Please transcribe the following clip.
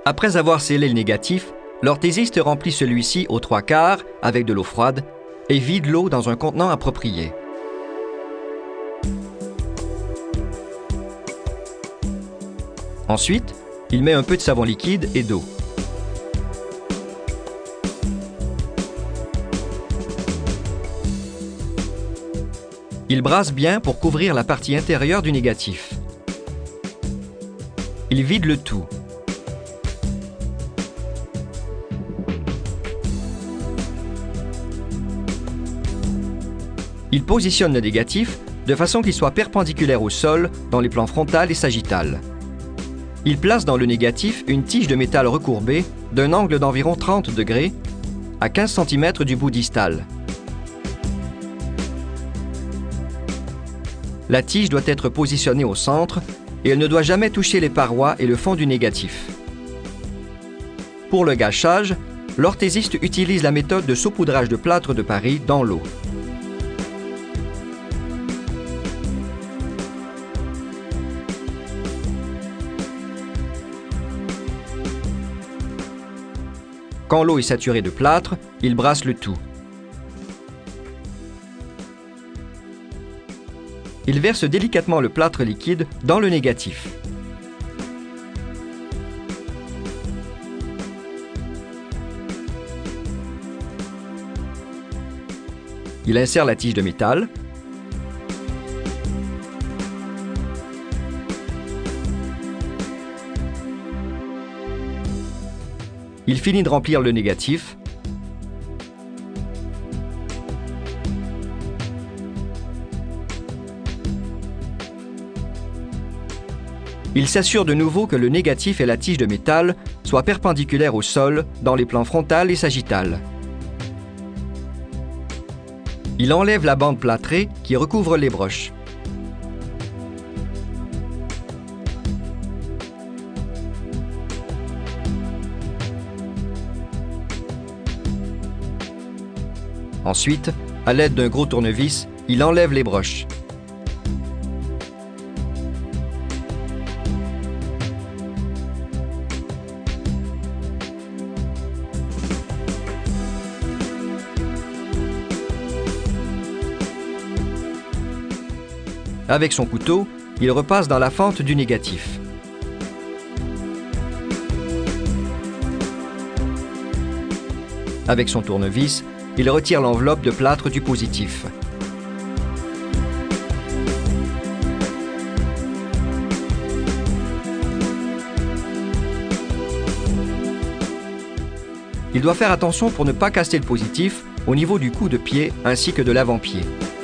Après avoir scellé le négatif, l'orthésiste remplit celui-ci aux 3/4 avec de l'eau froide et vide l'eau dans un contenant approprié. Ensuite, il met un peu de savon liquide et d'eau. Il brasse bien pour couvrir la partie intérieure du négatif. Il vide le tout. Il positionne le négatif de façon qu'il soit perpendiculaire au sol dans les plans frontal et sagittal. Il place dans le négatif une tige de métal recourbée d'un angle d'environ 30 degrés à 15 cm du bout distal. La tige doit être positionnée au centre et elle ne doit jamais toucher les parois et le fond du négatif. Pour le gâchage, l'orthésiste utilise la méthode de saupoudrage de plâtre de Paris dans l'eau. Quand l'eau est saturée de plâtre, il brasse le tout. Il verse délicatement le plâtre liquide dans le négatif. Il insère la tige de métal. Il finit de remplir le négatif. Il s'assure de nouveau que le négatif et la tige de métal soient perpendiculaires au sol dans les plans frontal et sagittal. Il enlève la bande plâtrée qui recouvre les broches. Ensuite, à l'aide d'un gros tournevis, il enlève les broches. Avec son couteau, il repasse dans la fente du négatif. Avec son tournevis, il retire l'enveloppe de plâtre du positif. Il doit faire attention pour ne pas casser le positif au niveau du cou de pied ainsi que de l'avant-pied.